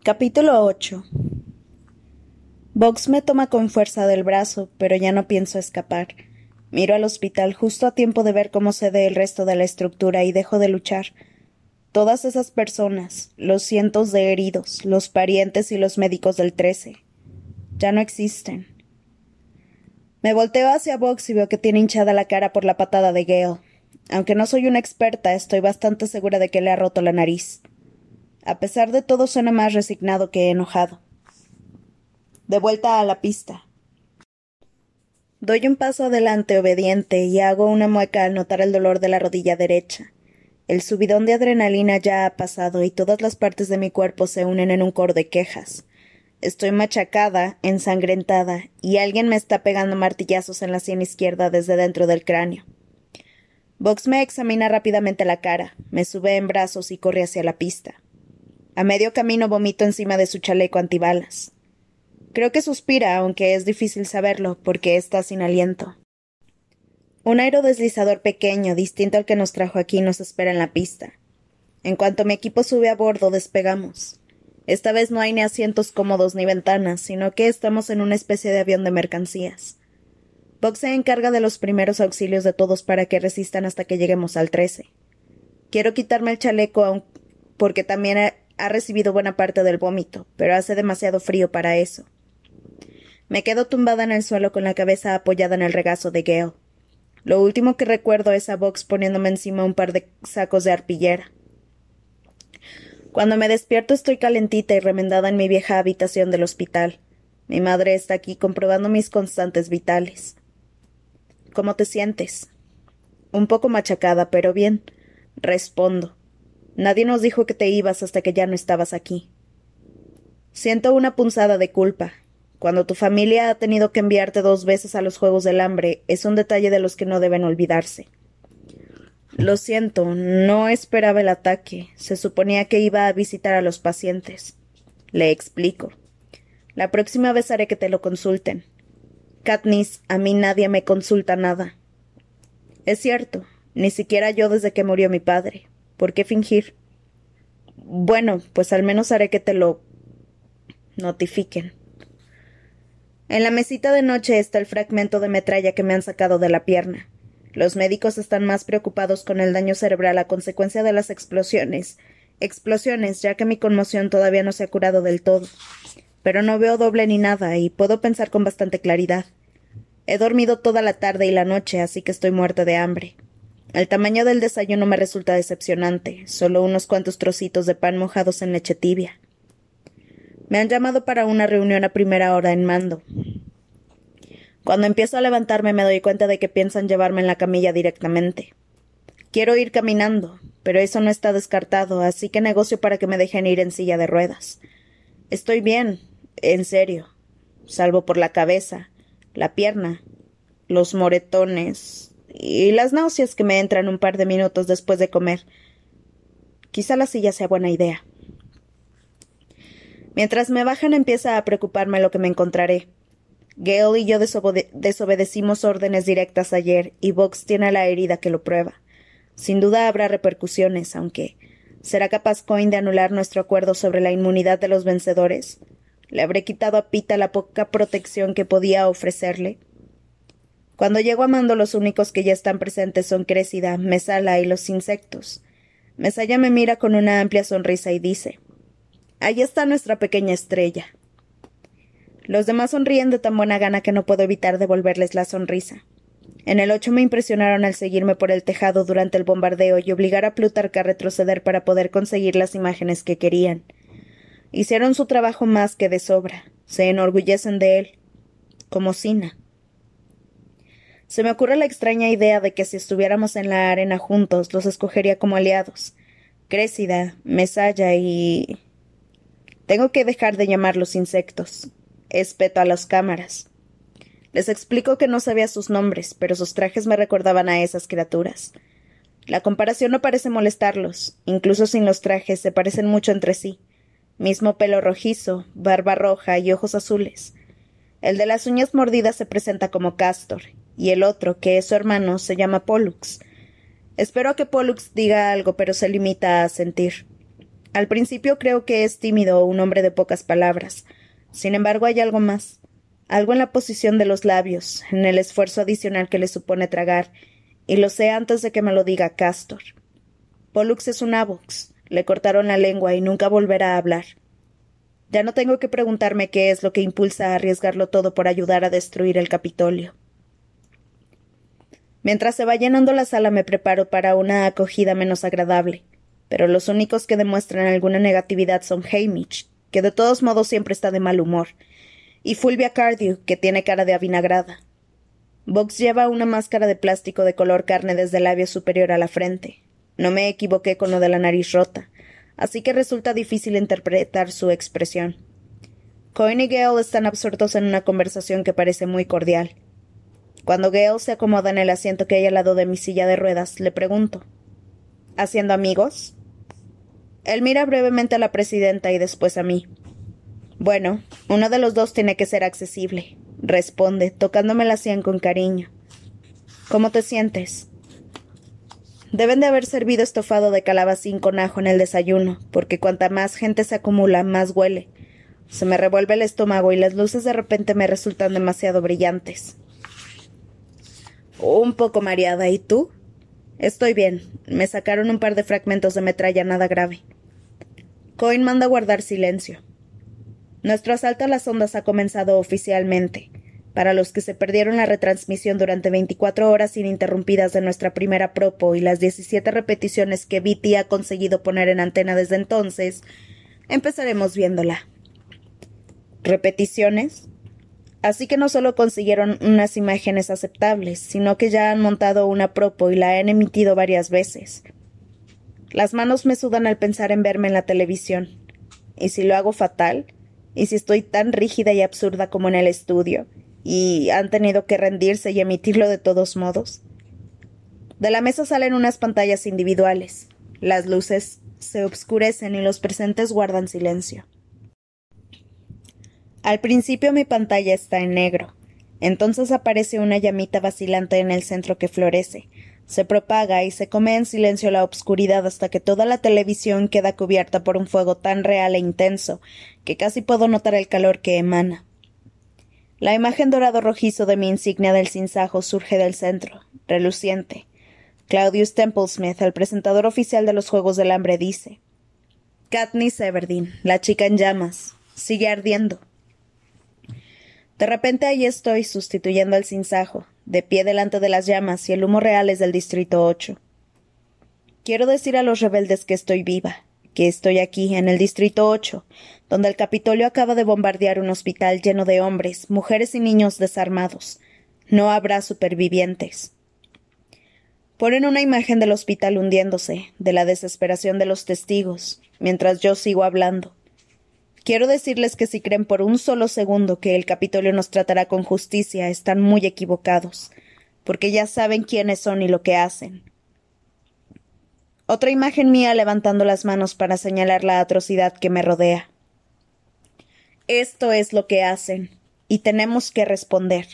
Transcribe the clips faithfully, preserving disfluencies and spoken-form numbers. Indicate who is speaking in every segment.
Speaker 1: Capítulo ocho. Box me toma con fuerza del brazo, pero ya no pienso escapar. Miro al hospital justo a tiempo de ver cómo cede el resto de la estructura y dejo de luchar. Todas esas personas, los cientos de heridos, los parientes y los médicos del trece, ya no existen. Me volteo hacia Box y veo que tiene hinchada la cara por la patada de Gale. Aunque no soy una experta, estoy bastante segura de que le ha roto la nariz. A pesar de todo, suena más resignado que enojado. De vuelta a la pista. Doy un paso adelante obediente y hago una mueca al notar el dolor de la rodilla derecha. El subidón de adrenalina ya ha pasado y todas las partes de mi cuerpo se unen en un coro de quejas. Estoy machacada, ensangrentada, y alguien me está pegando martillazos en la sien izquierda desde dentro del cráneo. Box me examina rápidamente la cara, me sube en brazos y corre hacia la pista. A medio camino vomito encima de su chaleco antibalas. Creo que suspira, aunque es difícil saberlo, porque está sin aliento. Un aerodeslizador pequeño, distinto al que nos trajo aquí, nos espera en la pista. En cuanto mi equipo sube a bordo, despegamos. Esta vez no hay ni asientos cómodos ni ventanas, sino que estamos en una especie de avión de mercancías. Box se encarga de los primeros auxilios de todos para que resistan hasta que lleguemos al trece. Quiero quitarme el chaleco aun porque también ha, ha recibido buena parte del vómito, pero hace demasiado frío para eso. Me quedo tumbada en el suelo con la cabeza apoyada en el regazo de Gale. Lo último que recuerdo es a Box poniéndome encima un par de sacos de arpillera. Cuando me despierto estoy calentita y remendada en mi vieja habitación del hospital. Mi madre está aquí comprobando mis constantes vitales. ¿Cómo te sientes? Un poco machacada, pero bien. Respondo. Nadie nos dijo que te ibas hasta que ya no estabas aquí. Siento una punzada de culpa. Cuando tu familia ha tenido que enviarte dos veces a los Juegos del Hambre, es un detalle de los que no deben olvidarse. Lo siento, no esperaba el ataque. Se suponía que iba a visitar a los pacientes. Le explico. La próxima vez haré que te lo consulten. Katniss, a mí nadie me consulta nada. Es cierto, ni siquiera yo desde que murió mi padre. ¿Por qué fingir? Bueno, pues al menos haré que te lo notifiquen. En la mesita de noche está el fragmento de metralla que me han sacado de la pierna. Los médicos están más preocupados con el daño cerebral a consecuencia de las explosiones. Explosiones, ya que mi conmoción todavía no se ha curado del todo. Pero no veo doble ni nada, y puedo pensar con bastante claridad. He dormido toda la tarde y la noche, así que estoy muerta de hambre. El tamaño del desayuno me resulta decepcionante, solo unos cuantos trocitos de pan mojados en leche tibia. Me han llamado para una reunión a primera hora en Mando. Cuando empiezo a levantarme me doy cuenta de que piensan llevarme en la camilla directamente. Quiero ir caminando, pero eso no está descartado, así que negocio para que me dejen ir en silla de ruedas. Estoy bien, en serio, salvo por la cabeza, la pierna, los moretones y las náuseas que me entran un par de minutos después de comer. Quizá la silla sea buena idea. Mientras me bajan empieza a preocuparme lo que me encontraré. Gale y yo desobede- desobedecimos órdenes directas ayer, y Box tiene la herida que lo prueba. Sin duda habrá repercusiones, aunque ¿será capaz Coin de anular nuestro acuerdo sobre la inmunidad de los vencedores? ¿Le habré quitado a Pita la poca protección que podía ofrecerle? Cuando llego a Mando, los únicos que ya están presentes son Cressida, Mesala y los insectos. Mesalla me mira con una amplia sonrisa y dice: «Ahí está nuestra pequeña estrella». Los demás sonríen de tan buena gana que no puedo evitar devolverles la sonrisa. En el ocho me impresionaron al seguirme por el tejado durante el bombardeo y obligar a Plutarca a retroceder para poder conseguir las imágenes que querían. Hicieron su trabajo más que de sobra. Se enorgullecen de él. Como Sina. Se me ocurre la extraña idea de que si estuviéramos en la arena juntos, los escogería como aliados. Cressida, Mesalla y... Tengo que dejar de llamarlos insectos. Espeto a las cámaras. Les explico que no sabía sus nombres, pero sus trajes me recordaban a esas criaturas. La comparación no parece molestarlos. Incluso sin los trajes se parecen mucho entre sí. Mismo pelo rojizo, barba roja y ojos azules. El de las uñas mordidas se presenta como Castor, y el otro, que es su hermano, se llama Pollux. Espero que Pollux diga algo, pero se limita a sentir. Al principio creo que es tímido o un hombre de pocas palabras. Sin embargo, hay algo más. Algo en la posición de los labios, en el esfuerzo adicional que le supone tragar, y lo sé antes de que me lo diga Castor. Pollux es un Avox. Le cortaron la lengua y nunca volverá a hablar. Ya no tengo que preguntarme qué es lo que impulsa a arriesgarlo todo por ayudar a destruir el Capitolio. Mientras se va llenando la sala me preparo para una acogida menos agradable, pero los únicos que demuestran alguna negatividad son Hamish, que de todos modos siempre está de mal humor, y Fulvia Cardew, que tiene cara de avinagrada. Box lleva una máscara de plástico de color carne desde el labio superior a la frente. No me equivoqué con lo de la nariz rota, así que resulta difícil interpretar su expresión. Coin y Gale están absortos en una conversación que parece muy cordial. Cuando Gale se acomoda en el asiento que hay al lado de mi silla de ruedas, le pregunto: ¿haciendo amigos? Él mira brevemente a la presidenta y después a mí. Bueno, uno de los dos tiene que ser accesible, responde, tocándome la sien con cariño. ¿Cómo te sientes? Deben de haber servido estofado de calabacín con ajo en el desayuno, porque cuanta más gente se acumula, más huele. Se me revuelve el estómago y las luces de repente me resultan demasiado brillantes. Un poco mareada, ¿y tú? Estoy bien. Me sacaron un par de fragmentos de metralla, nada grave. Coin manda guardar silencio. Nuestro asalto a las ondas ha comenzado oficialmente. Para los que se perdieron la retransmisión durante veinticuatro horas ininterrumpidas de nuestra primera propo y las diecisiete repeticiones que B T ha conseguido poner en antena desde entonces, empezaremos viéndola. ¿Repeticiones? Así que no solo consiguieron unas imágenes aceptables, sino que ya han montado una propo y la han emitido varias veces. Las manos me sudan al pensar en verme en la televisión. ¿Y si lo hago fatal? ¿Y si estoy tan rígida y absurda como en el estudio? ¿Y han tenido que rendirse y emitirlo de todos modos? De la mesa salen unas pantallas individuales. Las luces se obscurecen y los presentes guardan silencio. Al principio mi pantalla está en negro. Entonces aparece una llamita vacilante en el centro que florece. Se propaga y se come en silencio la obscuridad hasta que toda la televisión queda cubierta por un fuego tan real e intenso que casi puedo notar el calor que emana. La imagen dorado rojizo de mi insignia del sinsajo surge del centro, reluciente. Claudius Templesmith, el presentador oficial de los Juegos del Hambre, dice: Katniss Everdeen, la chica en llamas, sigue ardiendo. De repente ahí estoy, sustituyendo al sinsajo, de pie delante de las llamas, y el humo real es del Distrito ocho. Quiero decir a los rebeldes que estoy viva, que estoy aquí, en el Distrito ocho, donde el Capitolio acaba de bombardear un hospital lleno de hombres, mujeres y niños desarmados. No habrá supervivientes. Ponen una imagen del hospital hundiéndose, de la desesperación de los testigos, mientras yo sigo hablando. Quiero decirles que si creen por un solo segundo que el Capitolio nos tratará con justicia, están muy equivocados, porque ya saben quiénes son y lo que hacen. Otra imagen mía levantando las manos para señalar la atrocidad que me rodea. Esto es lo que hacen, y tenemos que responder.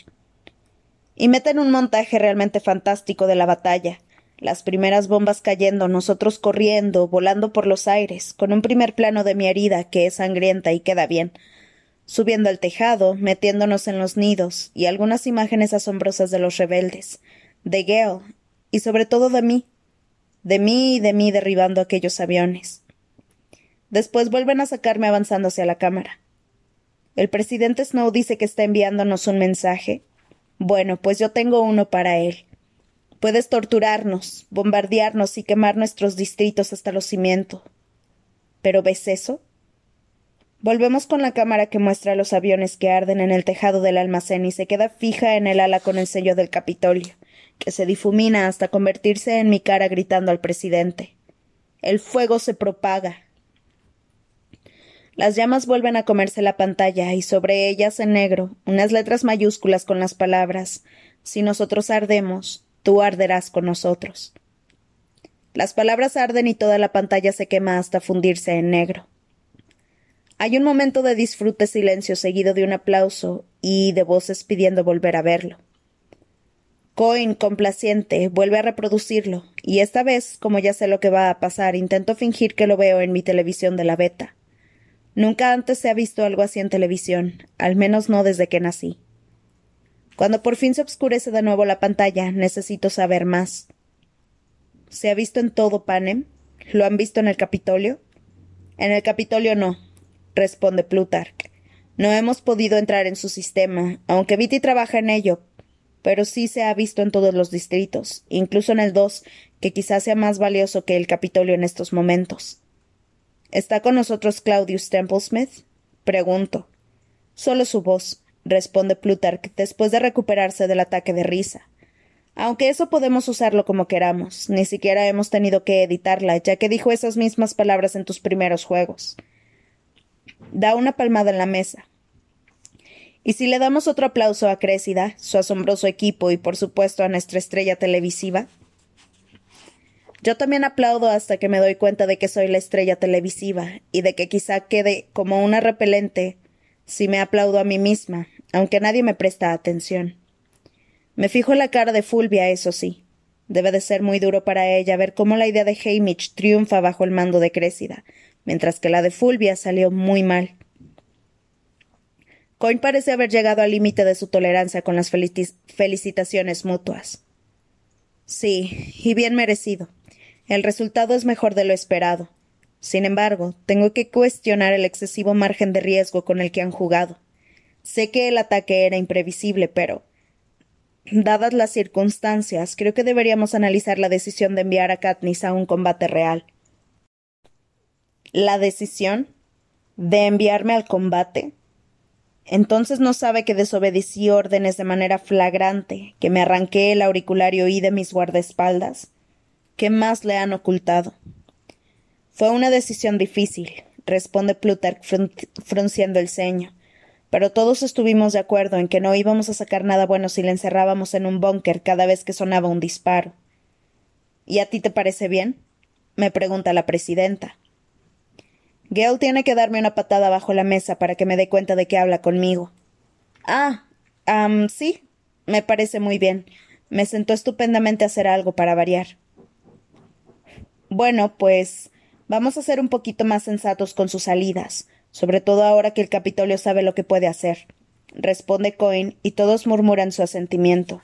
Speaker 1: Y meten un montaje realmente fantástico de la batalla. Las primeras bombas cayendo, nosotros corriendo, volando por los aires, con un primer plano de mi herida que es sangrienta y queda bien, subiendo al tejado, metiéndonos en los nidos, y algunas imágenes asombrosas de los rebeldes, de Gale, y sobre todo de mí, de mí y de mí derribando aquellos aviones. Después vuelven a sacarme avanzando hacia la cámara. El presidente Snow dice que está enviándonos un mensaje. Bueno, pues yo tengo uno para él. Puedes torturarnos, bombardearnos y quemar nuestros distritos hasta los cimientos. ¿Pero ves eso? Volvemos con la cámara que muestra los aviones que arden en el tejado del almacén y se queda fija en el ala con el sello del Capitolio, que se difumina hasta convertirse en mi cara gritando al presidente. El fuego se propaga. Las llamas vuelven a comerse la pantalla y sobre ellas en negro unas letras mayúsculas con las palabras: si nosotros ardemos, tú arderás con nosotros. Las palabras arden y toda la pantalla se quema hasta fundirse en negro. Hay un momento de disfrute silencio seguido de un aplauso y de voces pidiendo volver a verlo. Coin, complaciente, vuelve a reproducirlo, y esta vez, como ya sé lo que va a pasar, intento fingir que lo veo en mi televisión de la beta. Nunca antes se ha visto algo así en televisión, al menos no desde que nací. Cuando por fin se oscurece de nuevo la pantalla, necesito saber más. ¿Se ha visto en todo Panem? ¿Lo han visto en el Capitolio? En el Capitolio no, responde Plutarch. No hemos podido entrar en su sistema, aunque Beatty trabaja en ello, pero sí se ha visto en todos los distritos, incluso en el dos, que quizás sea más valioso que el Capitolio en estos momentos. ¿Está con nosotros Claudius Templesmith? Pregunto. Solo su voz, responde Plutarch después de recuperarse del ataque de risa. Aunque eso podemos usarlo como queramos, ni siquiera hemos tenido que editarla, ya que dijo esas mismas palabras en tus primeros juegos. Da una palmada en la mesa. Y si le damos otro aplauso a Créssida, su asombroso equipo y por supuesto a nuestra estrella televisiva. Yo también aplaudo hasta que me doy cuenta de que soy la estrella televisiva y de que quizá quede como una repelente si me aplaudo a mí misma, aunque nadie me presta atención. Me fijo en la cara de Fulvia, eso sí. Debe de ser muy duro para ella ver cómo la idea de Haymitch triunfa bajo el mando de Créssida, mientras que la de Fulvia salió muy mal. Coin parece haber llegado al límite de su tolerancia con las felicitaciones mutuas. Sí, y bien merecido. El resultado es mejor de lo esperado. Sin embargo, tengo que cuestionar el excesivo margen de riesgo con el que han jugado. Sé que el ataque era imprevisible, pero, dadas las circunstancias, creo que deberíamos analizar la decisión de enviar a Katniss a un combate real. ¿La decisión? ¿De enviarme al combate? Entonces no sabe que desobedecí órdenes de manera flagrante, que me arranqué el auricular y oí de mis guardaespaldas. ¿Qué más le han ocultado? Fue una decisión difícil, responde Plutarch frunciendo el ceño, pero todos estuvimos de acuerdo en que no íbamos a sacar nada bueno si le encerrábamos en un búnker cada vez que sonaba un disparo. ¿Y a ti te parece bien? Me pregunta la presidenta. Gale tiene que darme una patada bajo la mesa para que me dé cuenta de que habla conmigo. Ah, um, sí, me parece muy bien. Me sentó estupendamente hacer algo para variar. Bueno, pues vamos a ser un poquito más sensatos con sus salidas, sobre todo ahora que el Capitolio sabe lo que puede hacer, responde Coin, y todos murmuran su asentimiento.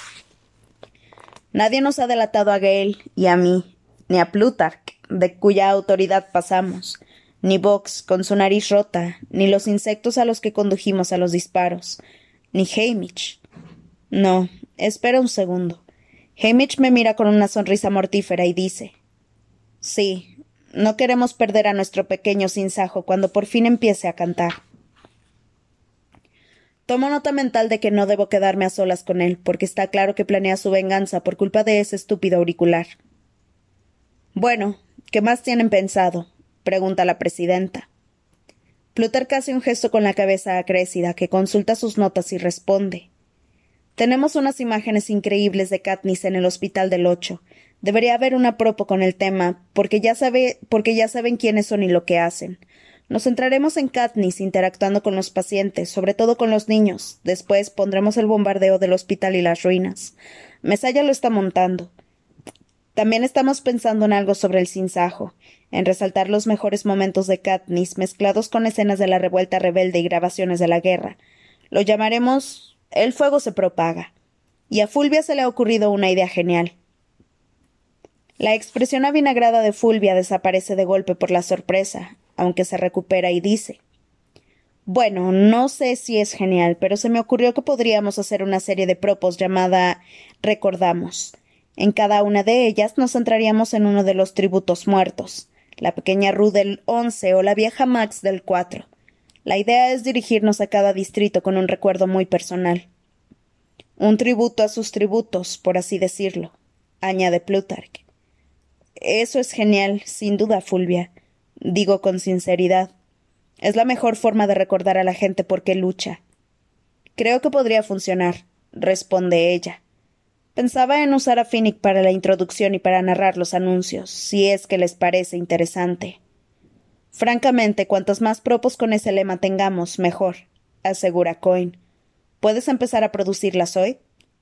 Speaker 1: Nadie nos ha delatado a Gale y a mí, ni a Plutarch, de cuya autoridad pasamos, ni Vox, con su nariz rota, ni los insectos a los que condujimos a los disparos, ni Haymitch. No, espera un segundo. Haymitch me mira con una sonrisa mortífera y dice: Sí, no queremos perder a nuestro pequeño sinsajo cuando por fin empiece a cantar. Tomo nota mental de que no debo quedarme a solas con él, porque está claro que planea su venganza por culpa de ese estúpido auricular. Bueno, ¿qué más tienen pensado? Pregunta la presidenta. Plutarch hace un gesto con la cabeza a Créssida, que consulta sus notas y responde. Tenemos unas imágenes increíbles de Katniss en el Hospital del Ocho. Debería haber una propo con el tema, porque ya sabe, porque ya saben quiénes son y lo que hacen. Nos centraremos en Katniss interactuando con los pacientes, sobre todo con los niños. Después pondremos el bombardeo del hospital y las ruinas. Mesaya lo está montando. También estamos pensando en algo sobre el sinsajo, en resaltar los mejores momentos de Katniss mezclados con escenas de la revuelta rebelde y grabaciones de la guerra. Lo llamaremos El fuego se propaga. Y a Fulvia se le ha ocurrido una idea genial. La expresión avinagrada de Fulvia desaparece de golpe por la sorpresa, aunque se recupera y dice: Bueno, no sé si es genial, pero se me ocurrió que podríamos hacer una serie de propos llamada Recordamos. En cada una de ellas nos centraríamos en uno de los tributos muertos, la pequeña Rue del once o la vieja Max del cuatro. La idea es dirigirnos a cada distrito con un recuerdo muy personal. Un tributo a sus tributos, por así decirlo, añade Plutarch. Eso es genial, sin duda, Fulvia. Digo con sinceridad. Es la mejor forma de recordar a la gente por qué lucha. Creo que podría funcionar, responde ella. Pensaba en usar a Finnick para la introducción y para narrar los anuncios, si es que les parece interesante. Francamente, cuantos más propos con ese lema tengamos, mejor, asegura Coin. ¿Puedes empezar a producirlas hoy?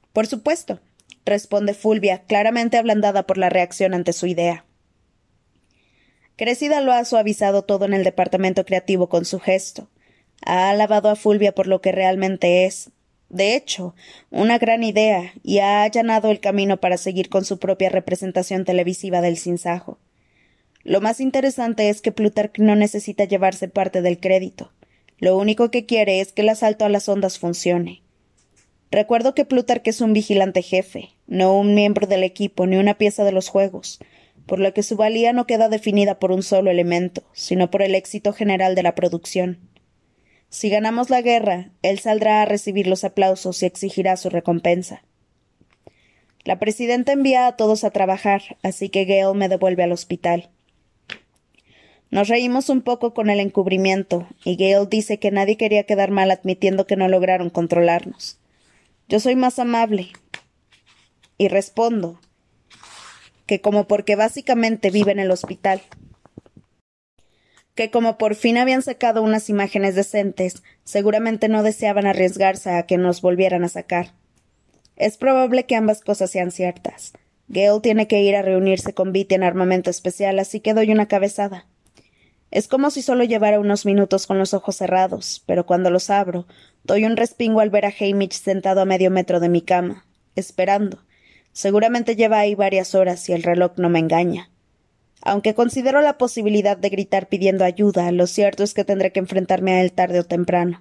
Speaker 1: Por supuesto, responde Fulvia, claramente ablandada por la reacción ante su idea. Cressida lo ha suavizado todo en el departamento creativo con su gesto. Ha alabado a Fulvia por lo que realmente es. De hecho, una gran idea, y ha allanado el camino para seguir con su propia representación televisiva del sinsajo. Lo más interesante es que Plutarch no necesita llevarse parte del crédito. Lo único que quiere es que el asalto a las ondas funcione. Recuerdo que Plutarch es un vigilante jefe, no un miembro del equipo ni una pieza de los juegos, por lo que su valía no queda definida por un solo elemento, sino por el éxito general de la producción. Si ganamos la guerra, él saldrá a recibir los aplausos y exigirá su recompensa. La presidenta envía a todos a trabajar, así que Gale me devuelve al hospital. Nos reímos un poco con el encubrimiento, y Gale dice que nadie quería quedar mal admitiendo que no lograron controlarnos. Yo soy más amable, y respondo que como porque básicamente vive en el hospital, que como por fin habían sacado unas imágenes decentes, seguramente no deseaban arriesgarse a que nos volvieran a sacar. Es probable que ambas cosas sean ciertas. Gale tiene que ir a reunirse con Beatty en armamento especial, así que doy una cabezada. Es como si solo llevara unos minutos con los ojos cerrados, pero cuando los abro, doy un respingo al ver a Hamish sentado a medio metro de mi cama, esperando. Seguramente lleva ahí varias horas y el reloj no me engaña. Aunque considero la posibilidad de gritar pidiendo ayuda, lo cierto es que tendré que enfrentarme a él tarde o temprano.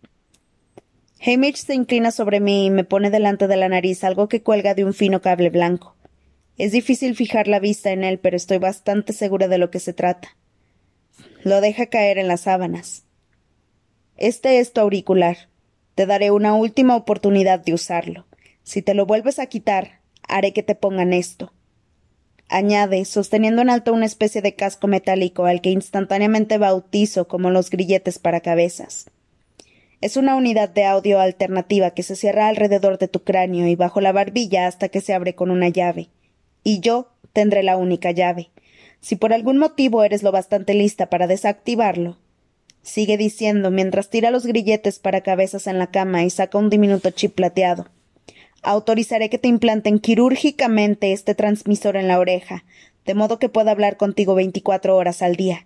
Speaker 1: Hamish se inclina sobre mí y me pone delante de la nariz algo que cuelga de un fino cable blanco. Es difícil fijar la vista en él, pero estoy bastante segura de lo que se trata. Lo deja caer en las sábanas. Este es tu auricular. Te daré una última oportunidad de usarlo. Si te lo vuelves a quitar, haré que te pongan esto. Añade, sosteniendo en alto una especie de casco metálico al que instantáneamente bautizo como los grilletes para cabezas. Es una unidad de audio alternativa que se cierra alrededor de tu cráneo y bajo la barbilla hasta que se abre con una llave. Y yo tendré la única llave. Si por algún motivo eres lo bastante lista para desactivarlo, sigue diciendo mientras tira los grilletes para cabezas en la cama y saca un diminuto chip plateado. Autorizaré que te implanten quirúrgicamente este transmisor en la oreja, de modo que pueda hablar contigo veinticuatro horas al día.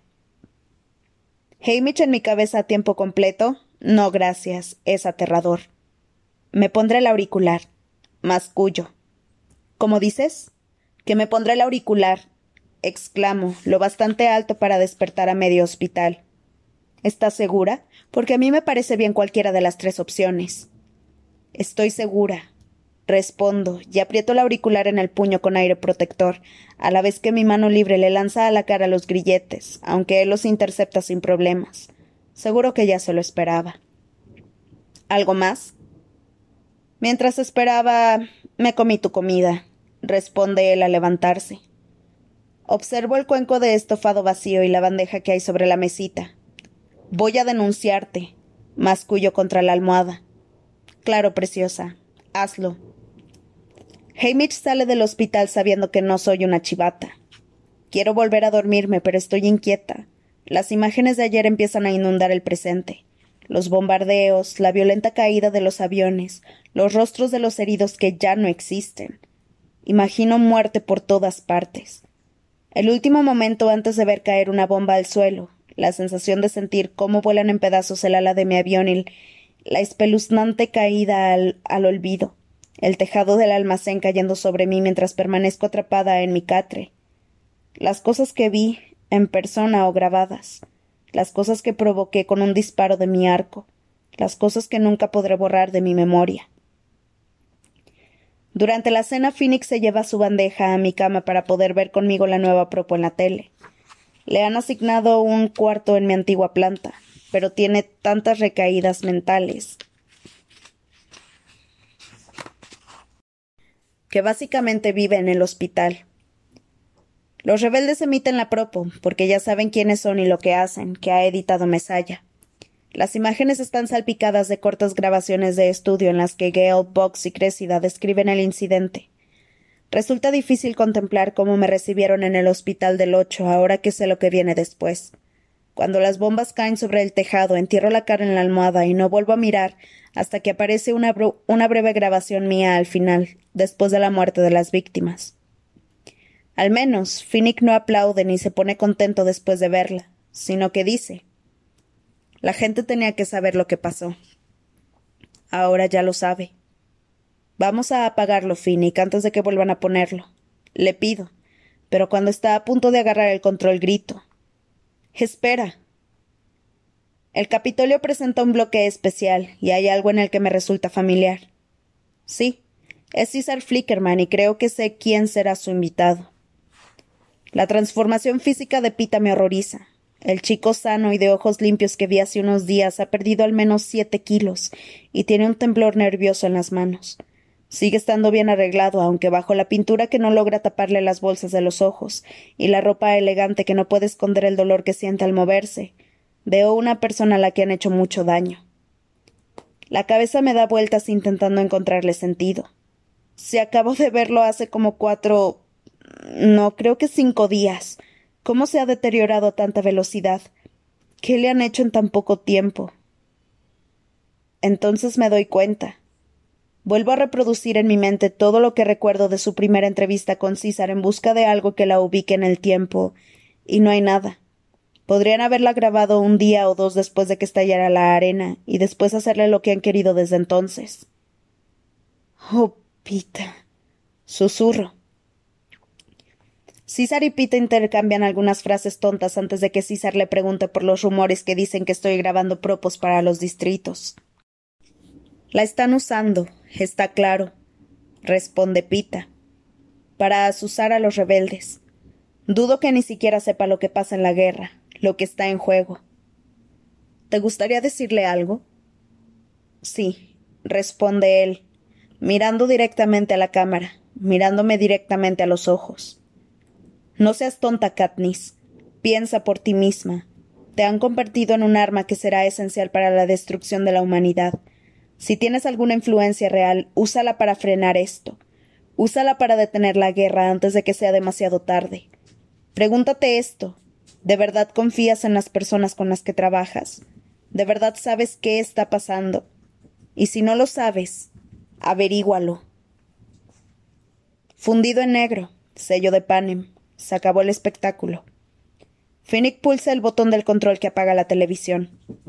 Speaker 1: ¿Hamish en mi cabeza a tiempo completo? No, gracias, es aterrador. Me pondré el auricular. Mascullo. ¿Cómo dices? Que me pondré el auricular, exclamo, lo bastante alto para despertar a medio hospital. ¿Estás segura? Porque a mí me parece bien cualquiera de las tres opciones. Estoy segura, respondo, y aprieto el auricular en el puño con aire protector, a la vez que mi mano libre le lanza a la cara los grilletes, aunque él los intercepta sin problemas. Seguro que ya se lo esperaba. ¿Algo más? Mientras esperaba, me comí tu comida, responde él al levantarse. Observo el cuenco de estofado vacío y la bandeja que hay sobre la mesita. Voy a denunciarte, mascullo contra la almohada. Claro, preciosa, hazlo. Hamish sale del hospital sabiendo que no soy una chivata. Quiero volver a dormirme, pero estoy inquieta. Las imágenes de ayer empiezan a inundar el presente. Los bombardeos, la violenta caída de los aviones, los rostros de los heridos que ya no existen. Imagino muerte por todas partes. El último momento antes de ver caer una bomba al suelo, la sensación de sentir cómo vuelan en pedazos el ala de mi avión y la espeluznante caída al, al olvido, el tejado del almacén cayendo sobre mí mientras permanezco atrapada en mi catre. Las cosas que vi, en persona o grabadas, las cosas que provoqué con un disparo de mi arco, las cosas que nunca podré borrar de mi memoria. Durante la cena, Phoenix se lleva su bandeja a mi cama para poder ver conmigo la nueva propo en la tele. Le han asignado un cuarto en mi antigua planta, pero tiene tantas recaídas mentales que básicamente vive en el hospital. Los rebeldes emiten la propo, porque ya saben quiénes son y lo que hacen, que ha editado Mesaya. Las imágenes están salpicadas de cortas grabaciones de estudio en las que Gale, Box y Cressida describen el incidente. Resulta difícil contemplar cómo me recibieron en el hospital del ocho ahora que sé lo que viene después. Cuando las bombas caen sobre el tejado, entierro la cara en la almohada y no vuelvo a mirar hasta que aparece una, una breve grabación mía al final, después de la muerte de las víctimas. Al menos, Finnick no aplaude ni se pone contento después de verla, sino que dice: la gente tenía que saber lo que pasó. Ahora ya lo sabe. Vamos a apagarlo, Finnick, antes de que vuelvan a ponerlo. Le pido. Pero cuando está a punto de agarrar el control, grito: ¡espera! El Capitolio presenta un bloque especial, y hay algo en el que me resulta familiar. Sí, es César Flickerman, y creo que sé quién será su invitado. La transformación física de Pita me horroriza. El chico sano y de ojos limpios que vi hace unos días ha perdido al menos siete kilos y tiene un temblor nervioso en las manos. Sigue estando bien arreglado, aunque bajo la pintura que no logra taparle las bolsas de los ojos y la ropa elegante que no puede esconder el dolor que siente al moverse, veo una persona a la que han hecho mucho daño. La cabeza me da vueltas intentando encontrarle sentido. Si acabo de verlo hace como cuatro... no, creo que cinco días. ¿Cómo se ha deteriorado a tanta velocidad? ¿Qué le han hecho en tan poco tiempo? Entonces me doy cuenta. Vuelvo a reproducir en mi mente todo lo que recuerdo de su primera entrevista con César en busca de algo que la ubique en el tiempo, y no hay nada. Podrían haberla grabado un día o dos después de que estallara la arena, y después hacerle lo que han querido desde entonces. Oh, Pita. Susurro. César y Pita intercambian algunas frases tontas antes de que César le pregunte por los rumores que dicen que estoy grabando propos para los distritos. La están usando, está claro, responde Pita, para azuzar a los rebeldes. Dudo que ni siquiera sepa lo que pasa en la guerra, lo que está en juego. ¿Te gustaría decirle algo? Sí, responde él, mirando directamente a la cámara, mirándome directamente a los ojos. No seas tonta, Katniss. Piensa por ti misma. Te han convertido en un arma que será esencial para la destrucción de la humanidad. Si tienes alguna influencia real, úsala para frenar esto. Úsala para detener la guerra antes de que sea demasiado tarde. Pregúntate esto. ¿De verdad confías en las personas con las que trabajas? ¿De verdad sabes qué está pasando? Y si no lo sabes, averígualo. Fundido en negro, sello de Panem. Se acabó el espectáculo. Finnick pulsa el botón del control que apaga la televisión.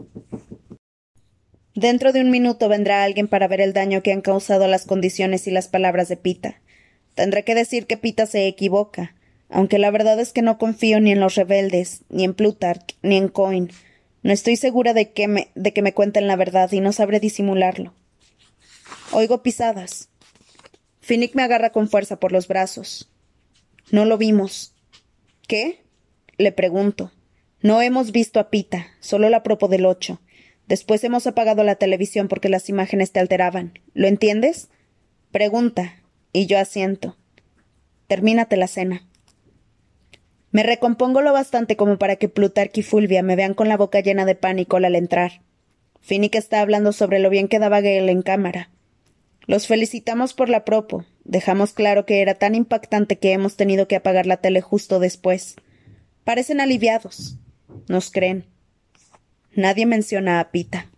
Speaker 1: Dentro de un minuto vendrá alguien para ver el daño que han causado las condiciones y las palabras de Pita. Tendré que decir que Pita se equivoca, aunque la verdad es que no confío ni en los rebeldes, ni en Plutarch, ni en Coin. No estoy segura de que me, de que me cuenten la verdad y no sabré disimularlo. Oigo pisadas. Finnick me agarra con fuerza por los brazos. No lo vimos. ¿Qué? Le pregunto. No hemos visto a Pita, solo la propo del ocho. Después hemos apagado la televisión porque las imágenes te alteraban. ¿Lo entiendes? Pregunta, y yo asiento. Termínate la cena. Me recompongo lo bastante como para que Plutarch y Fulvia me vean con la boca llena de pan y cola al entrar. Finnick está hablando sobre lo bien que daba Gale en cámara. Los felicitamos por la propo. Dejamos claro que era tan impactante que hemos tenido que apagar la tele justo después. Parecen aliviados. Nos creen. Nadie menciona a Pita.